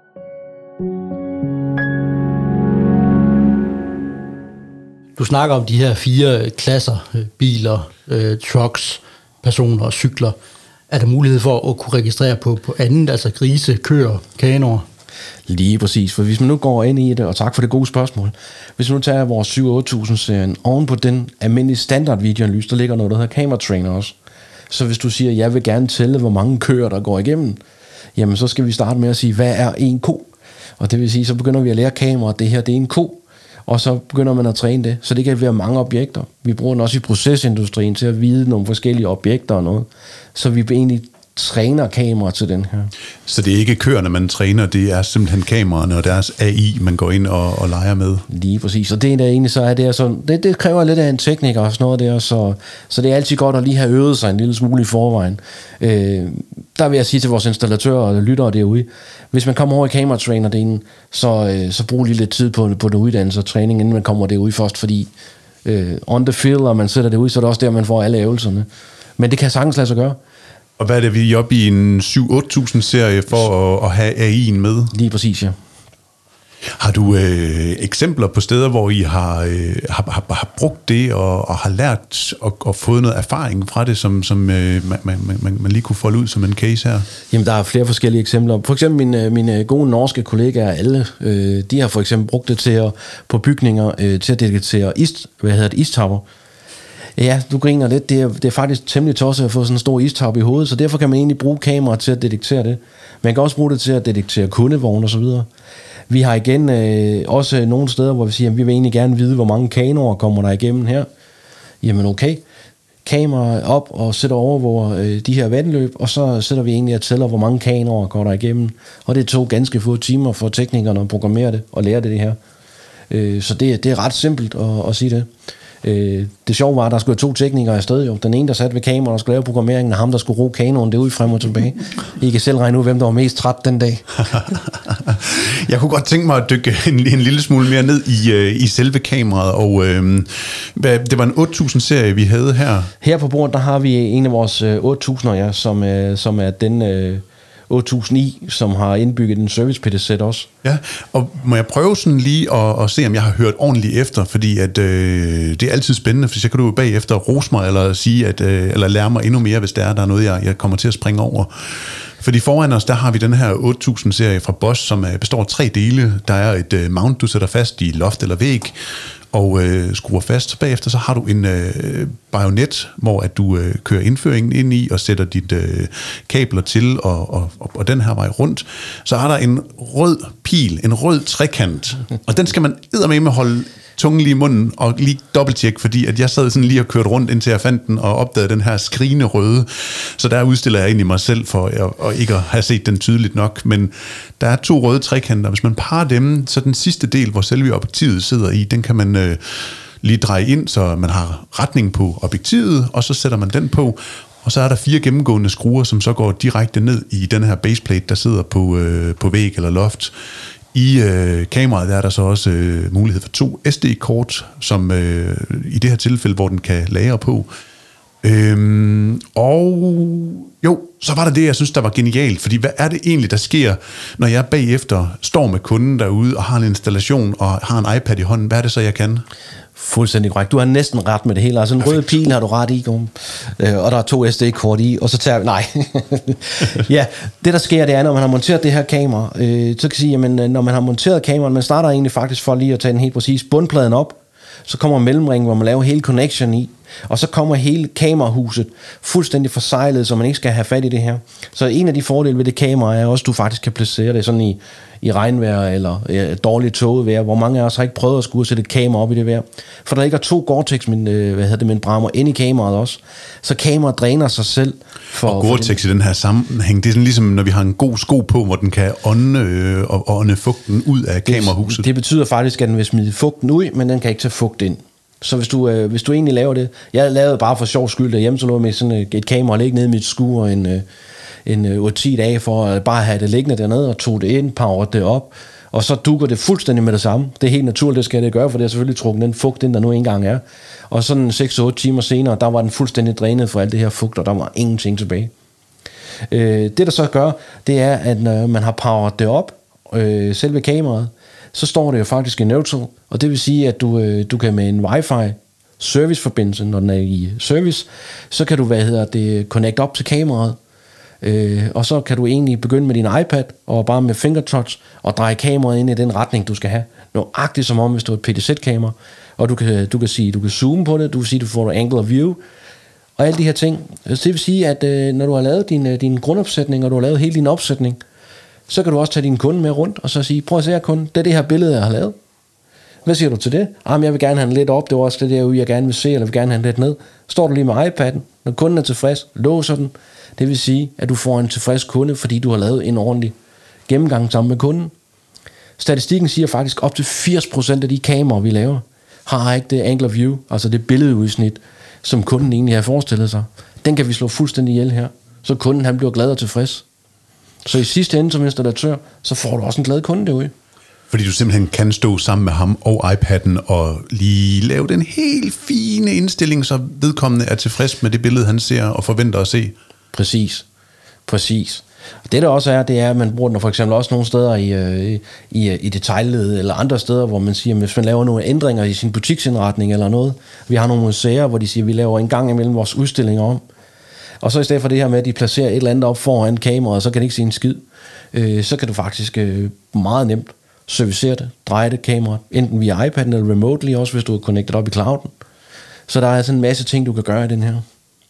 Du snakker om de her fire klasser, biler, øh, trucks, personer og cykler. Er der mulighed for at kunne registrere på, på andet, altså grise, køer, kanoer?
Lige præcis, for hvis man nu går ind i det, og tak for det gode spørgsmål, hvis man nu tager vores syv otte tusind-serien, oven på den almindelige standard videoanalyse, der ligger noget, der hedder Camera Trainer også. Så hvis du siger, jeg vil gerne tælle, hvor mange køer, der går igennem, jamen så skal vi starte med at sige, hvad er en ko? Og det vil sige, så begynder vi at lære kameraet, det her det er en ko, og så begynder man at træne det. Så det kan være mange objekter. Vi bruger den også i procesindustrien til at vide nogle forskellige objekter og noget. Så vi egentlig træner kameraer til den her.
Så det er ikke køerne, man træner, det er simpelthen kameraerne og deres A I, man går ind og, og leger med.
Lige præcis, og det der egentlig så er det, så det, det kræver lidt af en tekniker og sådan noget der, så, så det er altid godt at lige have øvet sig en lille smule i forvejen. Øh, der vil jeg sige til vores installatører og lyttere derude, hvis man kommer over i kameratrainerdelen, så, øh, så brug lige lidt tid på, på den uddannelse og træning, inden man kommer derude først, fordi øh, on the field, og man sætter det ud, så er det også der, man får alle øvelserne. Men det kan sagtens lade sig gøre.
Og hvad er det, vi er oppe i en syv otte tusind-serie for at, at have A I'en med?
Lige præcis, ja.
Har du øh, eksempler på steder, hvor I har, øh, har, har, har brugt det og, og har lært og, og fået noget erfaring fra det, som, som øh, man, man, man, man lige kunne folde ud som en case her?
Jamen, der er flere forskellige eksempler. For eksempel mine, mine gode norske kollegaer, alle, øh, de har for eksempel brugt det til at, på bygninger øh, til at detektere is, hvad hedder det, istapper. Ja, du griner lidt. Det er, det er faktisk temmelig tosset at få sådan en stor istappe i hovedet, så derfor kan man egentlig bruge kamera til at detektere det. Man kan også bruge det til at detektere kundevogne og så videre. Vi har igen øh, også nogle steder, hvor vi siger, at vi vil egentlig gerne vide, hvor mange kanoer kommer der igennem her. Jamen okay, kamera op og sætter over hvor, øh, de her vandløb, og så sætter vi egentlig og tæller, hvor mange kanoer går der igennem. Og det tog ganske få timer for teknikerne at programmere det og lære det, det her. Øh, så det, det er ret simpelt at, at sige det. Øh, det sjove var, at der skulle to teknikere afsted jo. Den ene, der satte ved kameraet og skulle lave programmeringen, og ham, der skulle ro kanoen, det ud frem og tilbage. I kan selv regne ud, hvem der var mest træt den dag.
Jeg kunne godt tænke mig at dykke en, en lille smule mere ned i, øh, i selve kameraet, og øh, det var en otte tusind-serie, vi havde her.
Her på bordet, der har vi en af vores øh, otte tusinder, ja, som, øh, som er den øh, otte tusind i, som har indbygget en service P D-sæt også.
Ja, og må jeg prøve sådan lige at, at se, om jeg har hørt ordentligt efter, fordi at, øh, det er altid spændende, for så kan du bagefter rose mig, eller sige, at, øh, eller lære mig endnu mere, hvis der er, der er noget, jeg, jeg kommer til at springe over. Fordi foran os, der har vi den her otte tusind-serie fra Bosch, som består af tre dele. Der er et øh, mount, du sætter fast i loft eller væg, og øh, skruer fast. Bagefter så har du en øh, bajonet, hvor at du øh, kører indføringen ind i og sætter dit øh, kabler til, og, og, og, og den her vej rundt. Så er der en rød pil, en rød trekant, og den skal man eddermame holde tungen lige i munden og lige dobbelttjekke, fordi at jeg sad sådan lige og kørte rundt, indtil jeg fandt den og opdagede den her skrigende røde. Så der udstiller jeg egentlig mig selv for at, at ikke at have set den tydeligt nok. Men der er to røde trekanter. Hvis man parer dem, så den sidste del, hvor selve objektivet sidder i, den kan man øh, lige dreje ind, så man har retning på objektivet, og så sætter man den på. Og så er der fire gennemgående skruer, som så går direkte ned i den her baseplate, der sidder på, øh, på væg eller loft. I øh, kameraet der er der så også øh, mulighed for to S D-kort, som øh, i det her tilfælde, hvor den kan lagre på. Øhm, og jo, så var der det, jeg synes, der var genialt, fordi hvad er det egentlig, der sker, når jeg bagefter står med kunden derude og har en installation og har en iPad i hånden? Hvad er det så, jeg kan?
Fuldstændig korrekt. Du har næsten ret med det hele. Altså en rød pil har du ret i, øh, og der er to S D-kort i, og så tager vi... Nej. Ja, det der sker, det er, når man har monteret det her kamera, øh, så kan jeg sige, jamen, når man har monteret kameraet, man starter egentlig faktisk for lige at tage den helt præcis bundpladen op, så kommer mellemringen, hvor man laver hele connection i, og så kommer hele kamerahuset fuldstændig forsejlet, så man ikke skal have fat i det her. Så en af de fordele ved det kamera er også, at du faktisk kan placere det sådan i, i regnvejr eller ja, dårligt tågevejr, hvor mange af os har ikke prøvet at skulle sætte et kamera op i det vejr. For der ligger to Gore-Tex, min, øh, hvad hedder det, membrammer ind i kameraet også, så kameraet dræner sig selv. For,
og Gore-Tex i den her sammenhæng, det er sådan ligesom, når vi har en god sko på, hvor den kan ånde, øh, og ånde fugten ud af kamerahuset.
Det, det betyder faktisk, at den vil smide fugten ud, men den kan ikke tage fugt ind. Så hvis du, øh, hvis du egentlig laver det... Jeg lavede bare for sjov skyld derhjemme, så lå jeg med sådan et, et kamera ligge nede i mit skur en, øh, en øh, otte ti dage for at bare have det liggende dernede, og tog det ind, powerede det op, og så dukker det fuldstændig med det samme. Det er helt naturligt, det skal det gøre, for det har selvfølgelig trukket den fugt ind, der nu engang er. Og sådan seks otte timer senere, der var den fuldstændig drænet for alt det her fugt, og der var ingenting tilbage. Øh, det der så gør, det er, at når man har powered det op, øh, selve kameraet, så står det jo faktisk i neutral, og det vil sige, at du, øh, du kan med en wifi serviceforbindelse, når den er i service, så kan du, hvad hedder det, connect op til kameraet, øh, og så kan du egentlig begynde med din iPad, og bare med finger touch, og dreje kameraet ind i den retning, du skal have. Nøjagtigt som om, hvis du er et P D Z-kamera, og du kan, du kan sige, du kan zoome på det, du kan sige, du får en angle of view, og alle de her ting. Så det vil sige, at øh, når du har lavet din, din grundopsætning, og du har lavet hele din opsætning, så kan du også tage din kunde med rundt, og så sige, prøv at se her kunde, det er det her billede, jeg har lavet. Hvad siger du til det? Jamen, jeg vil gerne have den lidt op, det var også det derude, jeg gerne vil se, eller vil gerne have den lidt ned. Står du lige med iPad'en, når kunden er tilfreds, låser den. Det vil sige, at du får en tilfreds kunde, fordi du har lavet en ordentlig gennemgang sammen med kunden. Statistikken siger faktisk, op til firs procent af de kameraer, vi laver, har ikke det angle of view, altså det billedeudsnit, som kunden egentlig har forestillet sig. Den kan vi slå fuldstændig ihjel her, så kunden han bliver glad og tilfreds. Så i sidste ende som installatør, så får du også en glad kunde derude.
Fordi du simpelthen kan stå sammen med ham og iPad'en og lige lave den helt fine indstilling, så vedkommende er tilfreds med det billede, han ser og forventer at se.
Præcis. Præcis. Og det der også er, det er, at man bruger den for eksempel også nogle steder i, i, i detailledet eller andre steder, hvor man siger, at hvis man laver nogle ændringer i sin butiksindretning eller noget. Vi har nogle museer, hvor de siger, at vi laver en gang imellem vores udstillinger om. Og så i stedet for det her med, at de placerer et eller andet op foran kameraet, så kan de ikke se en skid. Øh, så kan du faktisk øh, meget nemt servicere det, dreje det kameraet, enten via iPad'en eller remotely, også hvis du er connected op i clouden. Så der er altså en masse ting, du kan gøre i den her.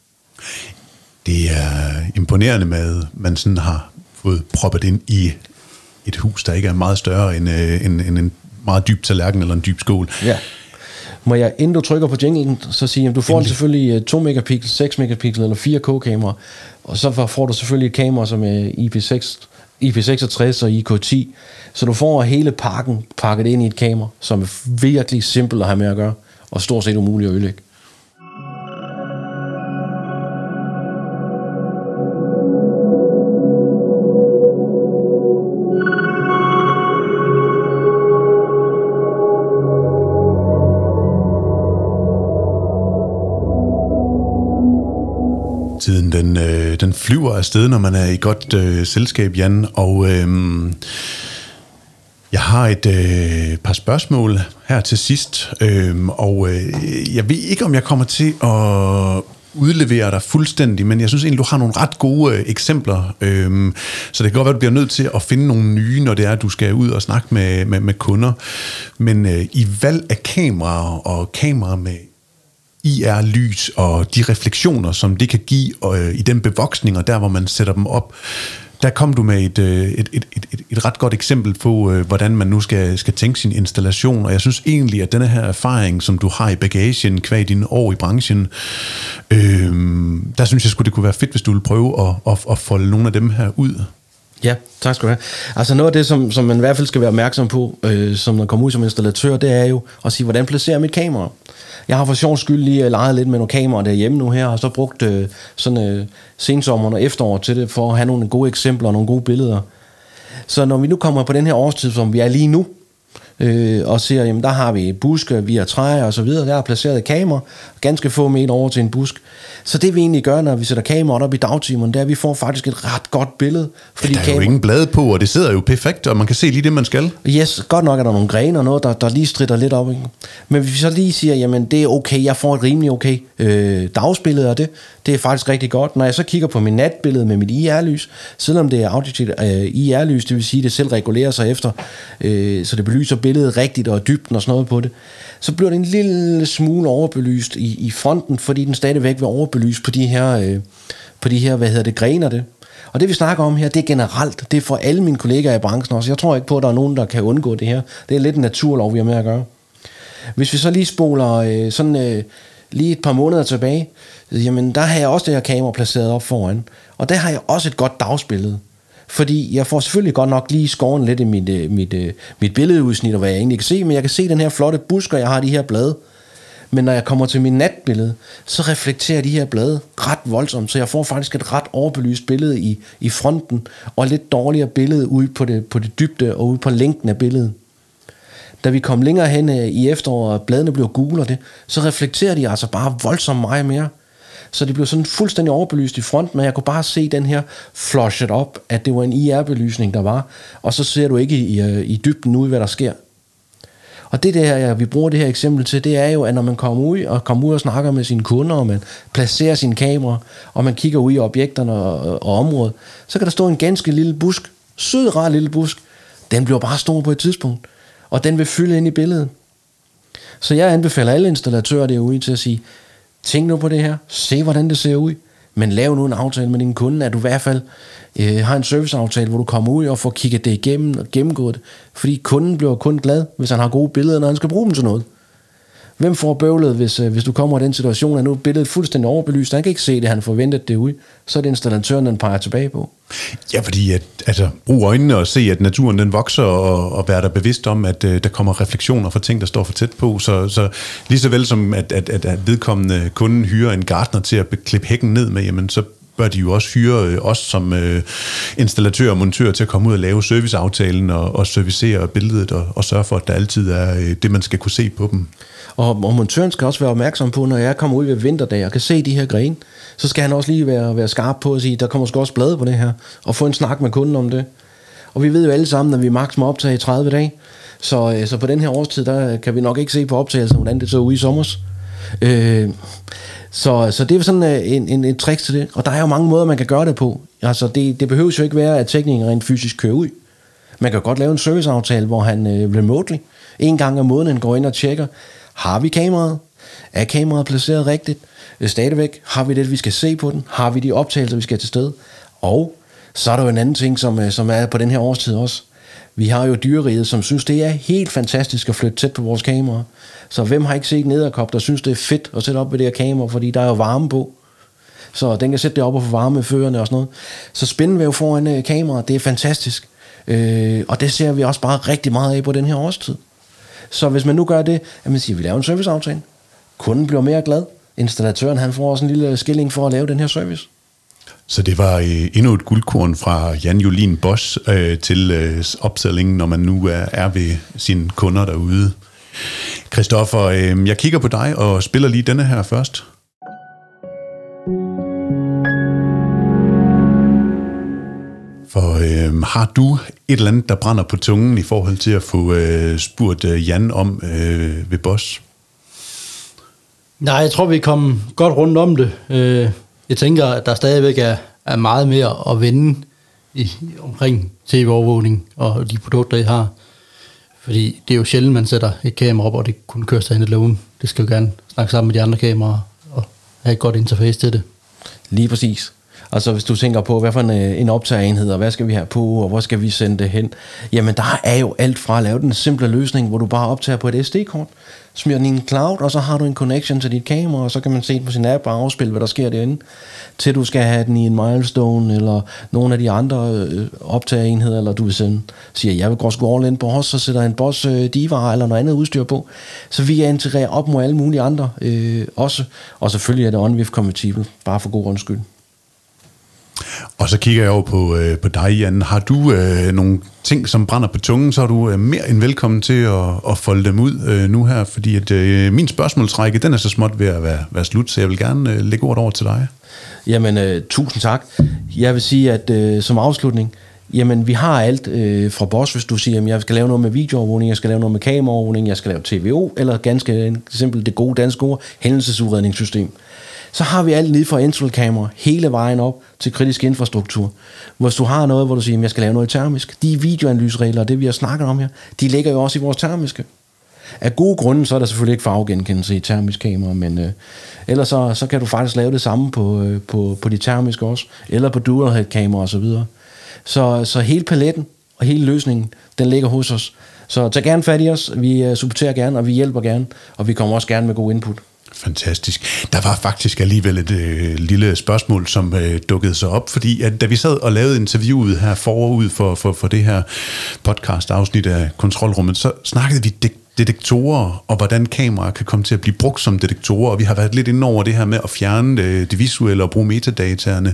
Det er imponerende med, at man sådan har fået proppet ind i et hus, der ikke er meget større end, øh, end, end en meget dyb tallerken eller en dyb skål.
Ja. Må jeg, inden du trykker på jinglen, så sige, at du får selvfølgelig to megapixel, seks megapixel eller fire K kamera, og så får du selvfølgelig et kamera, som er I P seks, I P seksogtres og I K ti, så du får hele pakken pakket ind i et kamera, som er virkelig simpelt at have med at gøre, og stort set umuligt at ødelægge.
Tiden den, øh, den flyver afsted, når man er i godt øh, selskab, Jan, og øh, jeg har et øh, par spørgsmål her til sidst, øh, og øh, jeg ved ikke, om jeg kommer til at udlevere dig fuldstændig, men jeg synes egentlig, du har nogle ret gode øh, eksempler, øh, så det kan godt være, at du bliver nødt til at finde nogle nye, når det er, at du skal ud og snakke med, med, med kunder, men øh, i valg af kameraer og kameraer med I R-lys og de refleksioner, som det kan give øh, i den bevoksning, og der, hvor man sætter dem op, der kom du med et, øh, et, et, et, et ret godt eksempel på, øh, hvordan man nu skal, skal tænke sin installation, og jeg synes egentlig, at denne her erfaring, som du har i bagagen, kvad dine år i branchen, øh, der synes jeg, skulle det kunne være fedt, hvis du ville prøve at, at, at folde nogle af dem her ud.
Ja, tak skal du have. Altså noget af det, som, som man i hvert fald skal være opmærksom på, øh, som man kommer ud som installatør, det er jo at sige, hvordan placerer mit kamera? Jeg har for sjov skyld lige leget lidt med nogle kameraer derhjemme nu her, og så brugt øh, sådan øh, sensommeren og efterår til det, for at have nogle gode eksempler og nogle gode billeder. Så når vi nu kommer på den her årstid, som vi er lige nu, øh, og ser, jamen der har vi buske, vi har træer og så videre, der er placeret et kamera, ganske få meter over til en busk. Så det vi egentlig gør, når vi sætter kameraet op i dagtimerne, det er, at vi får faktisk et ret godt billede. Fordi
der er
kamera...
jo ingen blade på, og det sidder jo perfekt, og man kan se lige det, man skal.
Yes, godt nok er der nogle grene og noget, der, der lige stritter lidt op. Ikke? Men hvis vi så lige siger, jamen det er okay, jeg får et rimelig okay øh, dagsbillede af det, det er faktisk rigtig godt. Når jeg så kigger på mit natbillede med mit I R-lys, selvom det er auditivt øh, I R-lys, det vil sige, at det selv regulerer sig efter, øh, så det belyser billedet rigtigt og dybden og sådan noget på det, så bliver det en lille smule overbelyst i, i fronten, fordi den stadigvæk vil overbelyse på de her, øh, på de her, hvad hedder det, grener det. Og det vi snakker om her, det er generelt, det er for alle mine kollegaer i branchen også. Jeg tror ikke på, at der er nogen, der kan undgå det her. Det er lidt en naturlov, vi har med at gøre. Hvis vi så lige spoler øh, sådan øh, lige et par måneder tilbage, jamen der har jeg også det her kamera placeret op foran, og der har jeg også et godt dagsbillede. Fordi jeg får selvfølgelig godt nok lige skåren lidt i mit, mit, mit billedeudsnit, og hvad jeg egentlig kan se, men jeg kan se den her flotte busk, og jeg har de her blade. Men når jeg kommer til min natbillede, så reflekterer de her blade ret voldsomt, så jeg får faktisk et ret overbelyst billede i, i fronten, og et lidt dårligere billede ude på det, på det dybde og ude på længden af billedet. Da vi kom længere hen i efteråret, og bladene blev gule og det, så reflekterer de altså bare voldsomt meget mere. Så det blev sådan fuldstændig overbelyst i fronten, men jeg kunne bare se den her flushet op, at det var en I R-belysning, der var, og så ser du ikke i, i, i dybden ud, hvad der sker. Og det der, vi bruger det her eksempel til, det er jo, at når man kommer ud og kommer ud og snakker med sine kunder, og man placerer sine kameraer, og man kigger ud i objekterne og, og området, så kan der stå en ganske lille busk, sød, rar lille busk. Den bliver bare stor på et tidspunkt, og den vil fylde ind i billedet. Så jeg anbefaler alle installatører derude til at sige, tænk nu på det her, se hvordan det ser ud, men lav nu en aftale med din kunde, at du i hvert fald øh, har en serviceaftale, hvor du kommer ud og får kigget det igennem og gennemgået det, fordi kunden bliver kun glad, hvis han har gode billeder, når han skal bruge dem til noget. Hvem får bøvlet, hvis, øh, hvis du kommer i den situation, at nu er billedet fuldstændig overbelyst, han kan ikke se det, han forventede det ud, så er det installatøren, den peger tilbage på.
Ja, fordi at, altså, brug øjnene og se, at naturen den vokser, og, og være der bevidst om, at øh, der kommer refleksioner fra ting, der står for tæt på. Så, så lige så vel som, at, at, at, at vedkommende kunden hyrer en gartner til at klippe hækken ned med, jamen så bør de jo også hyre øh, os som øh, installatør og montør til at komme ud og lave serviceaftalen og, og servicere billedet og, og sørge for, at der altid er øh, det, man skal kunne se på dem.
Og, og montøren skal også være opmærksom på, når jeg kommer ud ved vinterdag og kan se de her grene, så skal han også lige være, være skarp på at sige, der kommer sgu også blade på det her, og få en snak med kunden om det. Og vi ved jo alle sammen, at vi maks må optage i tredive dage, så, så på den her årstid, der kan vi nok ikke se på optagelsen, hvordan det så ud i sommers. Øh, så, så det er sådan en, en, en trick til det, og der er jo mange måder, man kan gøre det på. Altså det, det behøver jo ikke være, at teknikeren rent fysisk kører ud. Man kan godt lave en serviceaftale, hvor han øh, remotely en gang om måneden går ind og tjekker, har vi kameraet? Er kameraet placeret rigtigt? Stadigvæk, har vi det, vi skal se på den? Har vi de optagelser, vi skal til sted? Og så er der jo en anden ting, som, som er på den her årstid også. Vi har jo dyreriget, som synes, det er helt fantastisk at flytte tæt på vores kamera. Så hvem har ikke set en edderkop, der synes, det er fedt at sætte op ved det her kamera, fordi der er jo varme på. Så den kan sætte det op og få varme med førerne og sådan noget. Så spindelvæv foran uh, kameraet, det er fantastisk. Øh, og det ser vi også bare rigtig meget af på den her årstid. Så hvis man nu gør det, at man siger, at vi laver en serviceaftale, kunden bliver mere glad, installatøren han får også en lille skilling for at lave den her service.
Så det var øh, endnu et guldkorn fra Jan Jolin Bosch øh, til øh, opsætningen, når man nu er, er ved sine kunder derude. Christoffer, øh, jeg kigger på dig og spiller lige denne her først. For øh, har du et eller andet, der brænder på tungen i forhold til at få øh, spurgt øh, Jan om øh, ved Bosch?
Nej, jeg tror, vi kom godt rundt om det. Jeg tænker, at der stadigvæk er, er meget mere at vinde i, omkring tv-overvågning og de produkter, I har. Fordi det er jo sjældent, man sætter et kamera op, og det kun kører sig alone. Det skal jo gerne snakke sammen med de andre kameraer og have et godt interface til det.
Lige præcis. Altså hvis du tænker på, hvad for en, en optagerenhed, og hvad skal vi have på, og hvor skal vi sende det hen? Jamen der er jo alt fra at lave den simple løsning, hvor du bare optager på et S D-kort, smider den i en cloud, og så har du en connection til dit kamera, og så kan man se på sin app og afspille, hvad der sker derinde, til du skal have den i en Milestone, eller nogle af de andre øh, optageenheder, eller du vil sende, siger, jeg vil godt sgu all in på os, så sætter en Bosch øh, Diva eller noget andet udstyr på. Så vi er integreret op mod alle mulige andre øh, også, og selvfølgelig er det OnVIF kompatibel, bare for god grunds skyld.
Og så kigger jeg over på, øh, på dig, Jan. Har du øh, nogle ting, som brænder på tungen, så er du øh, mere end velkommen til at, at folde dem ud øh, nu her, fordi at, øh, min spørgsmålsrække, den er så småt ved at være, være slut, så jeg vil gerne øh, lægge ordet over til dig.
Jamen, øh, tusind tak. Jeg vil sige, at øh, som afslutning, jamen, vi har alt øh, fra Bosch, hvis du siger, at jeg skal lave noget med videoovervågning, jeg skal lave noget med kameraovervågning, jeg skal lave T V O, eller ganske simpelt det gode danske ord, hændelsesudredningssystem. Så har vi alt lige fra instrumentkamera hele vejen op til kritisk infrastruktur. Hvis du har noget, hvor du siger, at jeg skal lave noget termisk, de videoanalyseregler, det vi har snakket om her, de ligger jo også i vores termiske. Af gode grunde, så er der selvfølgelig ikke farvegenkendelse i termisk kamera, men øh, ellers så, så kan du faktisk lave det samme på, øh, på, på de termiske også, eller på dual head kamera osv. Så, så hele paletten og hele løsningen, den ligger hos os. Så tag gerne fat i os, vi uh, supporterer gerne, og vi hjælper gerne, og vi kommer også gerne med god input.
Fantastisk. Der var faktisk alligevel et øh, lille spørgsmål, som øh, dukkede sig op, fordi at da vi sad og lavede interviewet her forud for, for, for det her podcast-afsnit af Kontrolrummet, så snakkede vi de- detektorer, og hvordan kameraer kan komme til at blive brugt som detektorer, og vi har været lidt inde over det her med at fjerne øh, det visuelle og bruge metadataerne.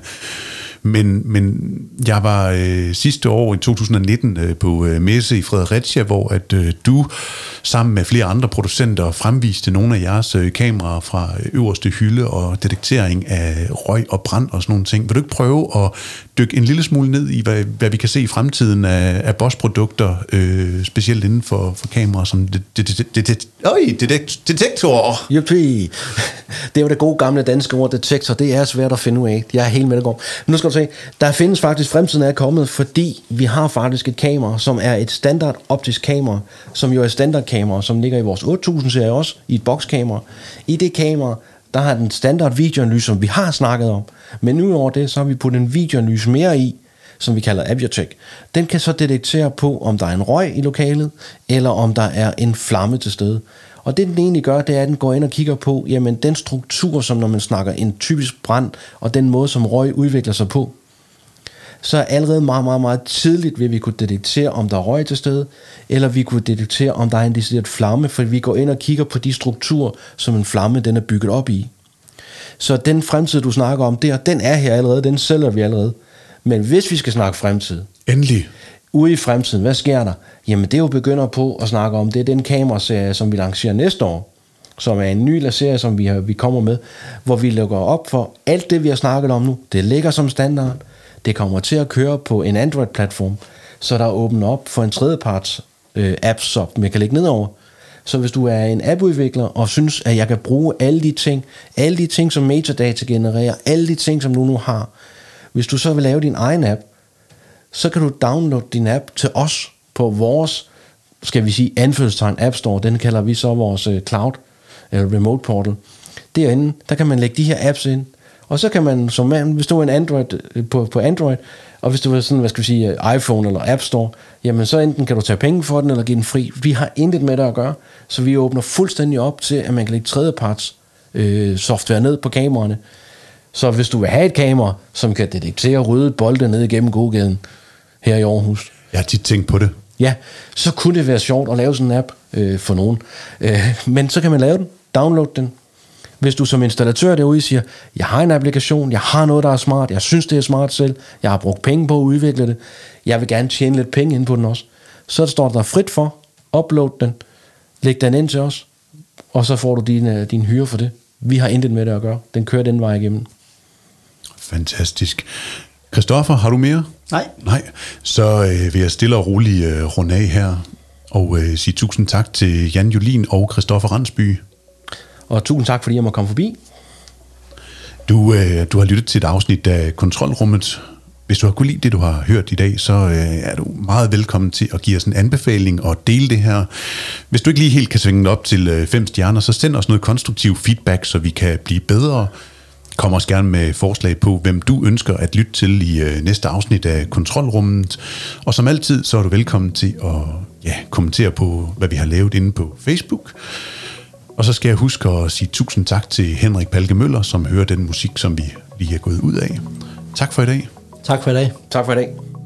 Men, men jeg var øh, sidste år i to tusind nitten øh, på øh, messe i Fredericia, hvor at øh, du sammen med flere andre producenter fremviste nogle af jeres øh, kameraer fra øverste hylde og detektering af røg og brand og sådan nogle ting. Vil du ikke prøve at dykke en lille smule ned i, hvad, hvad vi kan se i fremtiden af, af Bosch-produkter, øh, specielt inden for, for kameraer som det, det, det, det, det, øj, detekt, detektorer?
Juppie. Det er jo det gode gamle danske ord, detektor. Det er svært at finde ud af. Jeg er helt med det går. Men nu skal du se, der findes faktisk, fremtiden er kommet, fordi vi har faktisk et kamera, som er et standard optisk kamera, som jo er standardkamera, som ligger i vores otte tusind serie også, i et bokskamera. I det kamera, der har den standard videoanalyse, som vi har snakket om. Men udover det, så har vi puttet en videoanalyse mere i, som vi kalder Aviotech. Den kan så detektere på, om der er en røg i lokalet, eller om der er en flamme til stede. Og det den egentlig gør, det er, at den går ind og kigger på, jamen den struktur, som når man snakker en typisk brand, og den måde, som røg udvikler sig på. Så allerede meget, meget, meget tidligt vil vi kunne detektere, om der er røg til stede, eller vi kunne detektere, om der er en decideret flamme, for vi går ind og kigger på de strukturer, som en flamme den er bygget op i. Så den fremtid, du snakker om der, den er her allerede, den sælger vi allerede. Men hvis vi skal snakke fremtid,
Endelig.
ude i fremtiden, hvad sker der? Jamen det er jo begynder på at snakke om, det er den kameraserie, som vi lancerer næste år, som er en ny serie, som vi, har, vi kommer med, hvor vi lukker op for alt det, vi har snakket om nu. Det ligger som standard. Det kommer til at køre på en Android-platform, så der er åbnet op for en tredjeparts øh, app, som man kan lægge nedover. Så hvis du er en appudvikler og synes, at jeg kan bruge alle de ting, alle de ting, som metadata genererer, alle de ting, som du nu har, hvis du så vil lave din egen app, så kan du downloade din app til os på vores, skal vi sige, anførselstegn App Store. Den kalder vi så vores uh, cloud, eller remote portal. Derinde, der kan man lægge de her apps ind, og så kan man, som man, hvis du er en Android, på, på Android, og hvis du er sådan, hvad skal vi sige, iPhone eller App Store, jamen så enten kan du tage penge for den, eller give den fri. Vi har intet med det at gøre, så vi åbner fuldstændig op til, at man kan lægge tredjeparts øh, software ned på kameraerne. Så hvis du vil have et kamera, som kan detektere røde bolde ned igennem gågaden her i Aarhus.
Jeg har tit tænkt på det.
Ja, så kunne det være sjovt at lave sådan en app øh, for nogen. Øh, men så kan man lave den, downloade den. Hvis du som installatør derude siger, jeg har en applikation, jeg har noget, der er smart, jeg synes, det er smart selv, jeg har brugt penge på at udvikle det, jeg vil gerne tjene lidt penge ind på den også. Så står der frit for, upload den, læg den ind til os, og så får du din, din hyre for det. Vi har intet med det at gøre. Den kører den vej igennem.
Fantastisk. Christoffer, har du mere?
Nej.
Nej. Så øh, vil jeg stille og roligt øh, runde af her, og øh, sige tusind tak til Jan Julin og Christoffer Randsby.
Og tusind tak, fordi jeg må komme forbi.
Du, øh, du har lyttet til et afsnit af Kontrolrummet. Hvis du har kunnet lide det, du har hørt i dag, så øh, er du meget velkommen til at give os en anbefaling og dele det her. Hvis du ikke lige helt kan svinge det op til øh, fem stjerner, så send os noget konstruktiv feedback, så vi kan blive bedre. Kom også gerne med forslag på, hvem du ønsker at lytte til i øh, næste afsnit af Kontrolrummet. Og som altid, så er du velkommen til at ja, kommentere på, hvad vi har lavet inde på Facebook. Og så skal jeg huske at sige tusind tak til Henrik Palke Møller, som hører den musik, som vi lige er gået ud af. Tak for i dag.
Tak for i dag.
Tak for i dag.